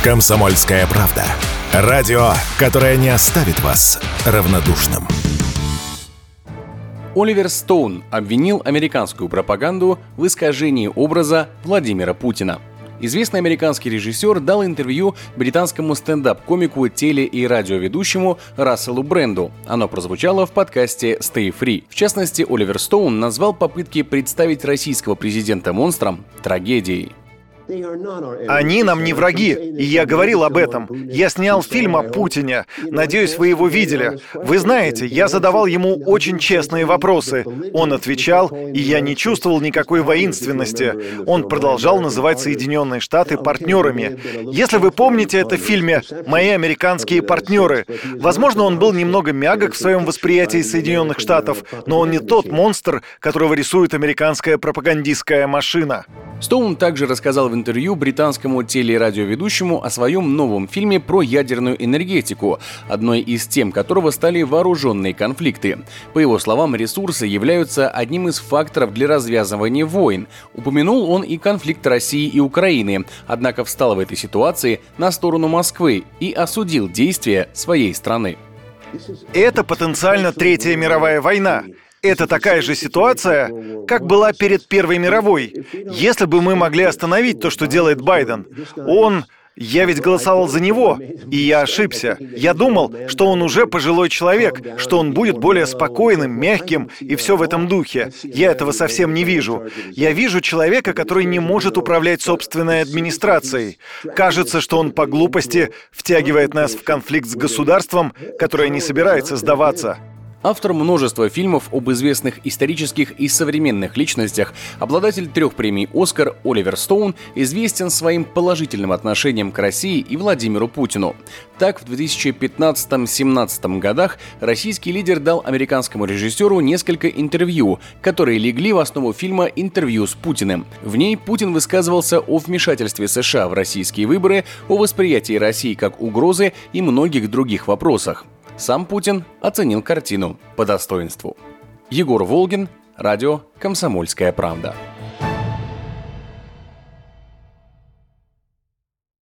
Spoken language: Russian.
«Комсомольская правда». Радио, которое не оставит вас равнодушным. Оливер Стоун обвинил американскую пропаганду в искажении образа Владимира Путина. Известный американский режиссер дал интервью британскому стендап-комику, теле- и радиоведущему Расселу Брэнду. Оно прозвучало в подкасте «Stay Free». В частности, Оливер Стоун назвал попытки представить российского президента монстром трагедией. Они нам не враги, и я говорил об этом. Я снял фильм о Путине. Надеюсь, вы его видели. Вы знаете, я задавал ему очень честные вопросы. Он отвечал, и я не чувствовал никакой воинственности. Он продолжал называть Соединенные Штаты партнерами. Если вы помните это в фильме «Мои американские партнеры», возможно, он был немного мягок в своем восприятии Соединенных Штатов, но он не тот монстр, которого рисует американская пропагандистская машина. Стоун также рассказал в интервью британскому теле- и радиоведущему о своем новом фильме про ядерную энергетику, одной из тем которого стали вооруженные конфликты. По его словам, ресурсы являются одним из факторов для развязывания войн. Упомянул он и конфликт России и Украины, однако встал в этой ситуации на сторону Москвы и осудил действия своей страны. Это потенциально Третья мировая война. Это такая же ситуация, как была перед Первой мировой. Если бы мы могли остановить то, что делает Байден, Я ведь голосовал за него, и я ошибся. Я думал, что он уже пожилой человек, что он будет более спокойным, мягким и все в этом духе. Я этого совсем не вижу. Я вижу человека, который не может управлять собственной администрацией. Кажется, что он по глупости втягивает нас в конфликт с государством, которое не собирается сдаваться. Автор множества фильмов об известных исторических и современных личностях, обладатель 3 премий «Оскар» Оливер Стоун известен своим положительным отношением к России и Владимиру Путину. Так, в 2015-17 годах российский лидер дал американскому режиссеру несколько интервью, которые легли в основу фильма «Интервью с Путиным». В ней Путин высказывался о вмешательстве США в российские выборы, о восприятии России как угрозы и многих других вопросах. Сам Путин оценил картину по достоинству. Егор Волгин, радио «Комсомольская правда».